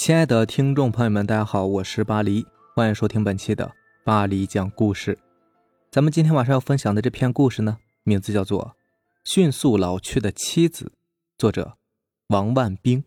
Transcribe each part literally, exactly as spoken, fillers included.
亲爱的听众朋友们，大家好，我是巴黎，欢迎收听本期的巴黎讲故事。咱们今天晚上要分享的这篇故事呢，名字叫做《迅速老去的妻子》，作者王万兵。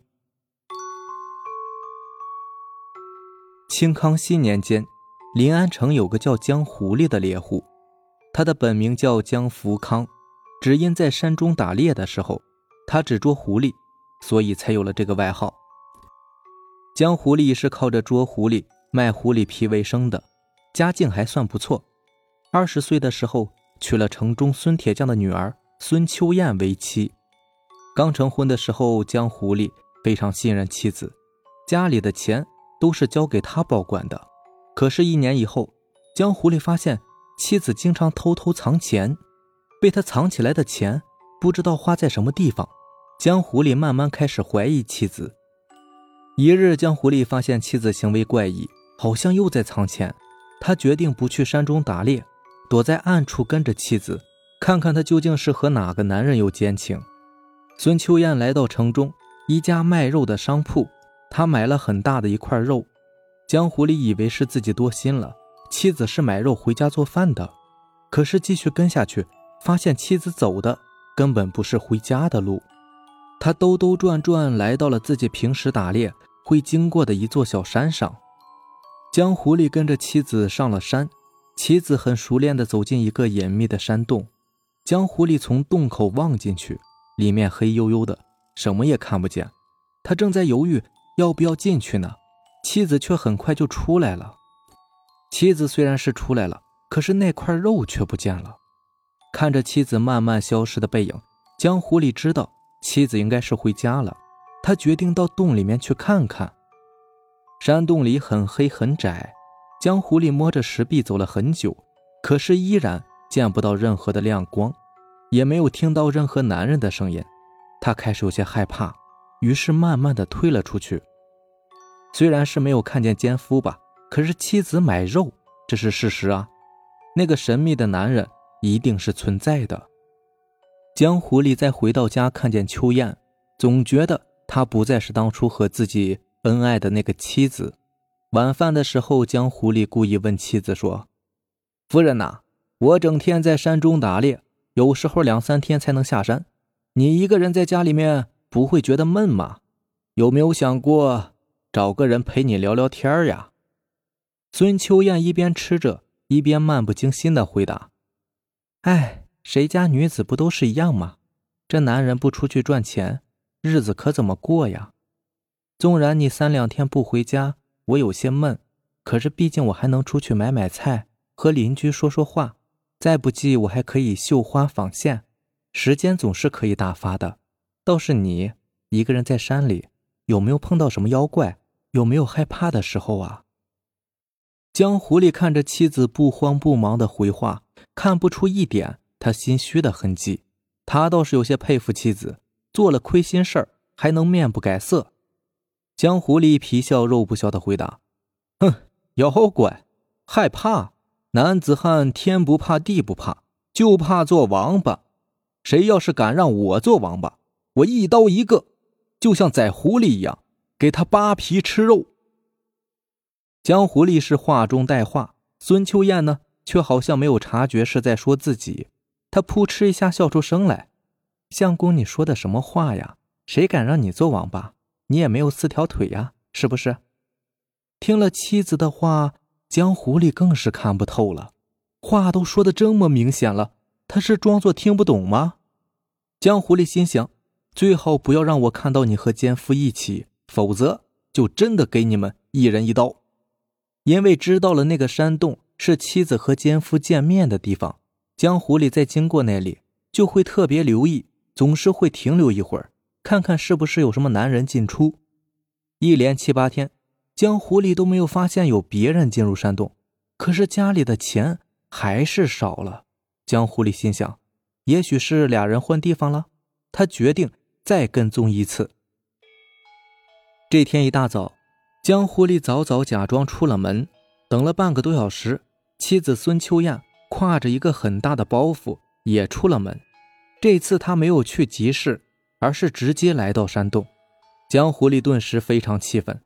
清康熙年间，临安城有个叫江狐狸的猎户，他的本名叫江福康，只因在山中打猎的时候，他只捉狐狸，所以才有了这个外号。江狐狸是靠着捉狐狸、卖狐狸皮为生的，家境还算不错。二十岁的时候，娶了城中孙铁匠的女儿孙秋燕为妻。刚成婚的时候，江狐狸非常信任妻子，家里的钱都是交给他保管的。可是一年以后，江狐狸发现妻子经常偷偷藏钱，被他藏起来的钱不知道花在什么地方。江狐狸慢慢开始怀疑妻子。一日，江狐狸发现妻子行为怪异，好像又在藏钱。他决定不去山中打猎，躲在暗处跟着妻子，看看他究竟是和哪个男人有奸情。孙秋燕来到城中一家卖肉的商铺，他买了很大的一块肉。江狐狸以为是自己多心了，妻子是买肉回家做饭的。可是继续跟下去，发现妻子走的根本不是回家的路。他兜兜转转来到了自己平时打猎会经过的一座小山上。江狐狸跟着妻子上了山，妻子很熟练地走进一个隐秘的山洞。江狐狸从洞口望进去，里面黑黝黝的，什么也看不见。他正在犹豫要不要进去呢，妻子却很快就出来了。妻子虽然是出来了，可是那块肉却不见了。看着妻子慢慢消失的背影，江狐狸知道妻子应该是回家了，他决定到洞里面去看看。山洞里很黑很窄，江狐狸摸着石壁走了很久，可是依然见不到任何的亮光，也没有听到任何男人的声音。他开始有些害怕，于是慢慢的推了出去。虽然是没有看见奸夫吧，可是妻子买肉，这是事实啊。那个神秘的男人一定是存在的。江狐狸再回到家，看见秋燕，总觉得她不再是当初和自己恩爱的那个妻子。晚饭的时候，江狐狸故意问妻子说：夫人哪，我整天在山中打猎，有时候两三天才能下山，你一个人在家里面不会觉得闷吗？有没有想过找个人陪你聊聊天呀？孙秋燕一边吃着，一边漫不经心地回答：哎，谁家女子不都是一样吗？这男人不出去赚钱，日子可怎么过呀？纵然你三两天不回家，我有些闷，可是毕竟我还能出去买买菜，和邻居说说话，再不济我还可以绣花纺线，时间总是可以打发的。倒是你一个人在山里，有没有碰到什么妖怪？有没有害怕的时候啊？江狐狸看着妻子不慌不忙的回话，看不出一点他心虚的痕迹。他倒是有些佩服妻子，做了亏心事儿还能面不改色。江狐狸皮笑肉不笑的回答：哼，妖怪，害怕？男子汉天不怕地不怕，就怕做王八。谁要是敢让我做王八，我一刀一个，就像宰狐狸一样，给他扒皮吃肉。江狐狸是话中带话，孙秋燕呢却好像没有察觉是在说自己。他扑哧一下笑出声来：相公，你说的什么话呀？谁敢让你做王八？你也没有四条腿呀，是不是？听了妻子的话，江狐狸更是看不透了。话都说得这么明显了，他是装作听不懂吗？江狐狸心想，最好不要让我看到你和奸夫一起，否则就真的给你们一人一刀。因为知道了那个山洞是妻子和奸夫见面的地方，江狐狸在经过那里就会特别留意，总是会停留一会儿，看看是不是有什么男人进出。一连七八天，江狐狸都没有发现有别人进入山洞，可是家里的钱还是少了。江狐狸心想，也许是俩人换地方了，他决定再跟踪一次。这天一大早，江狐狸早早假装出了门，等了半个多小时，妻子孙秋燕挎着一个很大的包袱也出了门。这次他没有去集市，而是直接来到山洞。江狐狸顿时非常气愤，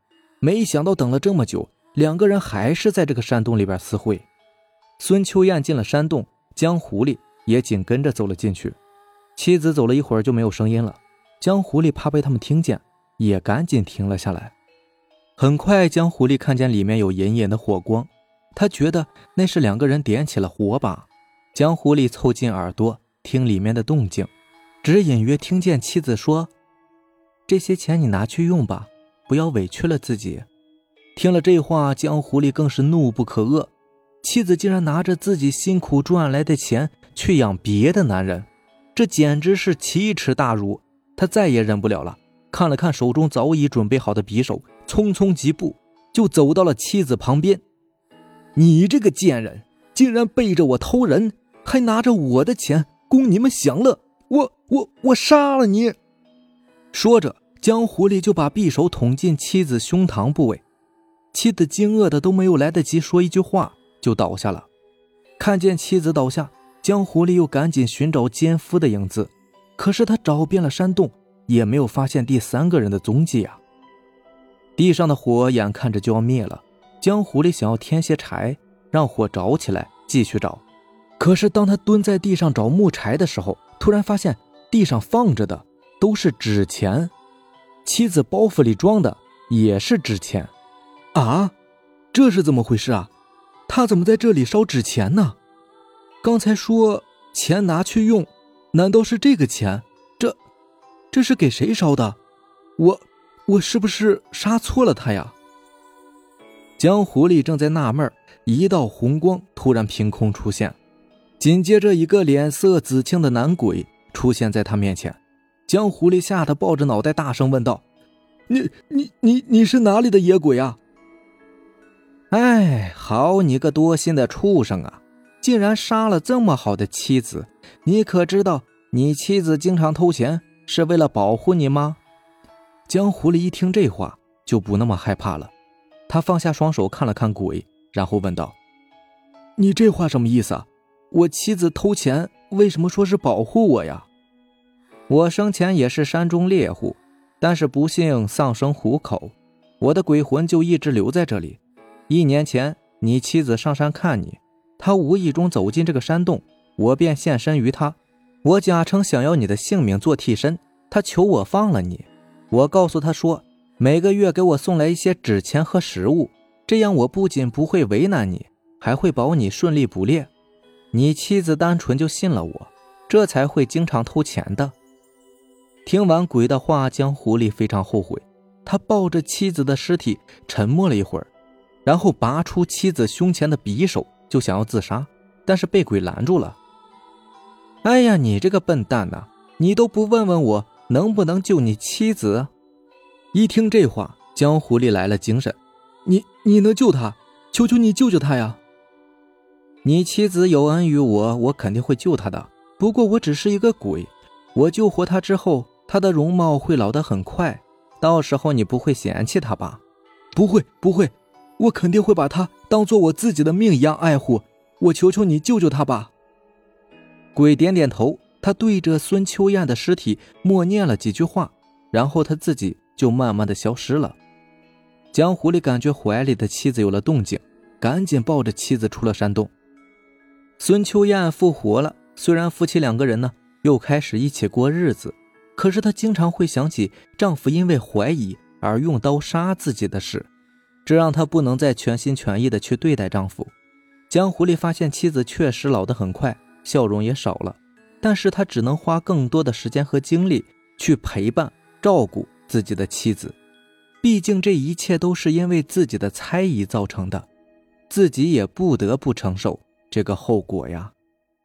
没想到等了这么久，两个人还是在这个山洞里边私会。孙秋燕进了山洞，江狐狸也紧跟着走了进去。妻子走了一会儿就没有声音了，江狐狸怕被他们听见，也赶紧停了下来。很快江狐狸看见里面有隐隐的火光，他觉得那是两个人点起了火把。江狐狸凑近耳朵听里面的动静，只隐约听见妻子说：这些钱你拿去用吧，不要委屈了自己。听了这话，江狐狸更是怒不可遏，妻子竟然拿着自己辛苦赚来的钱去养别的男人，这简直是奇耻大辱。他再也忍不了了，看了看手中早已准备好的匕首，匆匆几步就走到了妻子旁边。你这个贱人，竟然背着我偷人，还拿着我的钱供你们享乐，我我我杀了你！说着，江狐狸就把匕首捅进妻子胸膛部位。妻子惊愕的都没有来得及说一句话，就倒下了。看见妻子倒下，江狐狸又赶紧寻找奸夫的影子，可是他找遍了山洞，也没有发现第三个人的踪迹啊。地上的火眼看着就要灭了，江狐狸想要添些柴，让火着起来继续找。可是当他蹲在地上找木柴的时候，突然发现地上放着的都是纸钱，妻子包袱里装的也是纸钱。啊，这是怎么回事啊？他怎么在这里烧纸钱呢？刚才说钱拿去用，难道是这个钱？这这是给谁烧的？我我是不是杀错了他呀？江狐狸正在纳闷，一道红光突然凭空出现，紧接着一个脸色紫青的男鬼出现在他面前。江狐狸吓得抱着脑袋大声问道：你你你你是哪里的野鬼啊？哎，好你个多心的畜生啊，竟然杀了这么好的妻子，你可知道你妻子经常偷钱是为了保护你吗？江狐狸一听这话就不那么害怕了，他放下双手看了看鬼，然后问道：你这话什么意思啊？我妻子偷钱为什么说是保护我呀？我生前也是山中猎户，但是不幸丧生虎口，我的鬼魂就一直留在这里。一年前你妻子上山看你，她无意中走进这个山洞，我便现身于她。我假称想要你的性命做替身，她求我放了你。我告诉她说，每个月给我送来一些纸钱和食物，这样我不仅不会为难你，还会保你顺利捕猎。你妻子单纯就信了我，这才会经常偷钱的。听完鬼的话，江狐狸非常后悔，他抱着妻子的尸体沉默了一会儿，然后拔出妻子胸前的匕首就想要自杀，但是被鬼拦住了。哎呀，你这个笨蛋呐，你都不问问我能不能救你妻子？一听这话，江狐狸来了精神，你你能救他？求求你救救他呀！你妻子有恩于我，我肯定会救他的，不过我只是一个鬼，我救活他之后，他的容貌会老得很快，到时候你不会嫌弃他吧？不会不会，我肯定会把他当做我自己的命一样爱护，我求求你救救他吧。鬼点点头，他对着孙秋燕的尸体默念了几句话，然后他自己就慢慢的消失了。江狐狸感觉怀里的妻子有了动静，赶紧抱着妻子出了山洞。孙秋燕复活了，虽然夫妻两个人呢又开始一起过日子，可是她经常会想起丈夫因为怀疑而用刀杀自己的事，这让她不能再全心全意的去对待丈夫。江狐狸发现妻子确实老得很快，笑容也少了，但是他只能花更多的时间和精力去陪伴照顾自己的妻子，毕竟这一切都是因为自己的猜疑造成的，自己也不得不承受这个后果呀。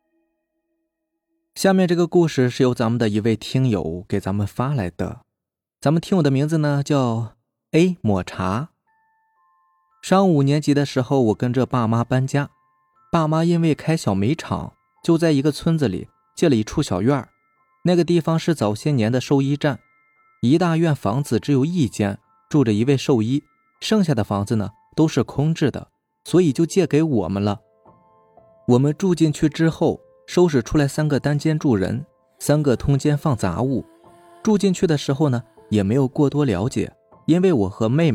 下面这个故事是由咱们的一位听友给咱们发来的，咱们听友的名字呢叫 A 抹茶。上五年级的时候，我跟着爸妈搬家，爸妈因为开小煤厂，就在一个村子里借了一处小院，那个地方是早些年的兽医站，一大院房子只有一间住着一位兽医，剩下的房子呢都是空置的，所以就借给我们了。我们住进去之后，收拾出来三个单间住人，三个通间放杂物。住进去的时候呢，也没有过多了解，因为我和妹妹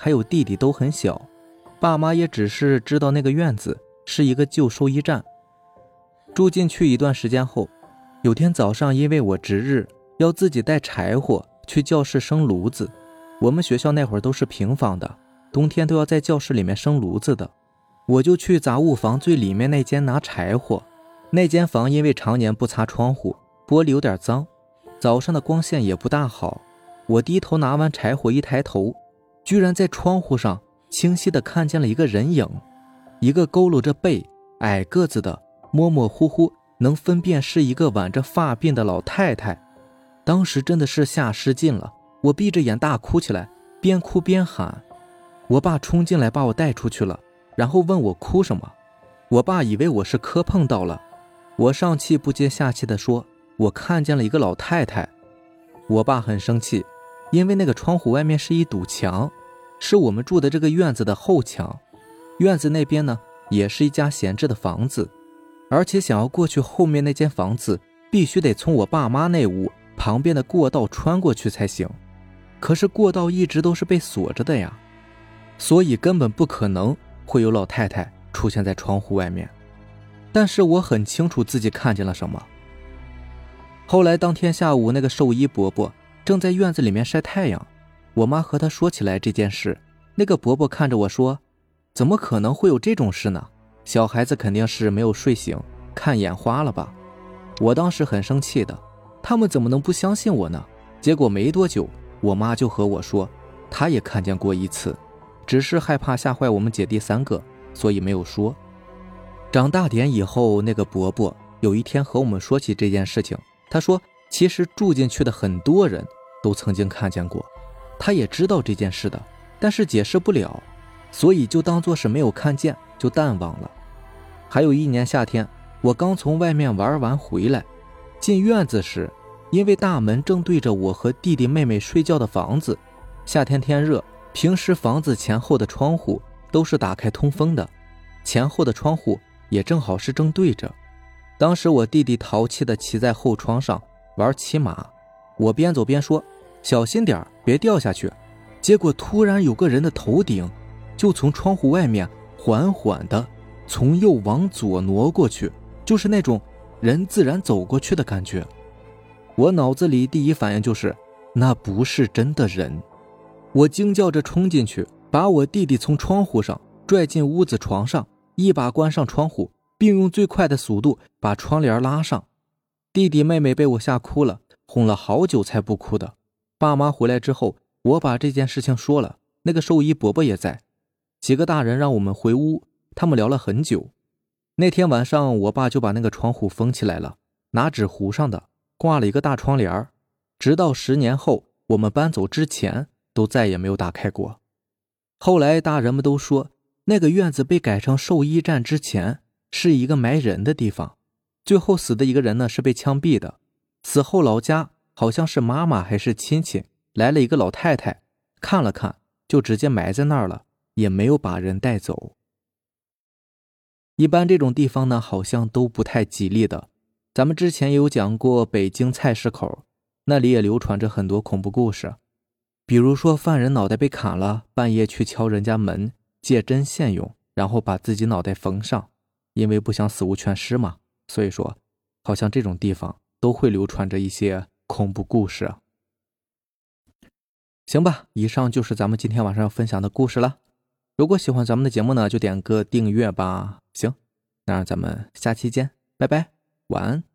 还有弟弟都很小，爸妈也只是知道那个院子是一个旧兽医站。住进去一段时间后，有天早上因为我值日要自己带柴火去教室生炉子，我们学校那会儿都是平房的，冬天都要在教室里面生炉子的，我就去杂物房最里面那间拿柴火。那间房因为常年不擦窗户，玻璃有点脏，早上的光线也不大好。我低头拿完柴火，一抬头，居然在窗户上清晰地看见了一个人影，一个佝偻着背、矮个子的，模模糊糊能分辨是一个挽着发鬓的老太太。当时真的是吓失禁了，我闭着眼大哭起来，边哭边喊。我爸冲进来把我带出去了，然后问我哭什么。我爸以为我是磕碰到了，我上气不接下气地说我看见了一个老太太。我爸很生气，因为那个窗户外面是一堵墙，是我们住的这个院子的后墙，院子那边呢也是一家闲置的房子，而且想要过去后面那间房子必须得从我爸妈那屋旁边的过道穿过去才行，可是过道一直都是被锁着的呀，所以根本不可能会有老太太出现在窗户外面。但是我很清楚自己看见了什么。后来当天下午，那个兽医伯伯正在院子里面晒太阳，我妈和他说起来这件事，那个伯伯看着我说，怎么可能会有这种事呢？小孩子肯定是没有睡醒，看眼花了吧。我当时很生气的，他们怎么能不相信我呢？结果没多久，我妈就和我说她也看见过一次，只是害怕吓坏我们姐弟三个，所以没有说。长大点以后，那个伯伯有一天和我们说起这件事情，他说其实住进去的很多人都曾经看见过，他也知道这件事的，但是解释不了，所以就当作是没有看见，就淡忘了。还有一年夏天，我刚从外面玩完回来，进院子时，因为大门正对着我和弟弟妹妹睡觉的房子，夏天天热，平时房子前后的窗户都是打开通风的，前后的窗户也正好是正对着。当时我弟弟淘气地骑在后窗上玩骑马，我边走边说小心点别掉下去，结果突然有个人的头顶就从窗户外面缓缓地从右往左挪过去，就是那种人自然走过去的感觉。我脑子里第一反应就是那不是真的人，我惊叫着冲进去，把我弟弟从窗户上拽进屋子床上，一把关上窗户，并用最快的速度把窗帘拉上。弟弟妹妹被我吓哭了，哄了好久才不哭的。爸妈回来之后，我把这件事情说了，那个兽医伯伯也在，几个大人让我们回屋，他们聊了很久。那天晚上我爸就把那个窗户封起来了，拿纸糊上的，挂了一个大窗帘，直到十年后我们搬走之前都再也没有打开过。后来大人们都说那个院子被改成兽医站之前是一个埋人的地方，最后死的一个人呢是被枪毙的，死后老家好像是妈妈还是亲戚来了一个老太太，看了看就直接埋在那儿了，也没有把人带走。一般这种地方呢好像都不太吉利的，咱们之前也有讲过北京菜市口，那里也流传着很多恐怖故事，比如说犯人脑袋被砍了，半夜去敲人家门借针线用，然后把自己脑袋缝上，因为不想死无全尸嘛，所以说好像这种地方都会流传着一些恐怖故事啊。行吧，以上就是咱们今天晚上要分享的故事了。如果喜欢咱们的节目呢，就点个订阅吧。行，那让咱们下期见，拜拜，晚安。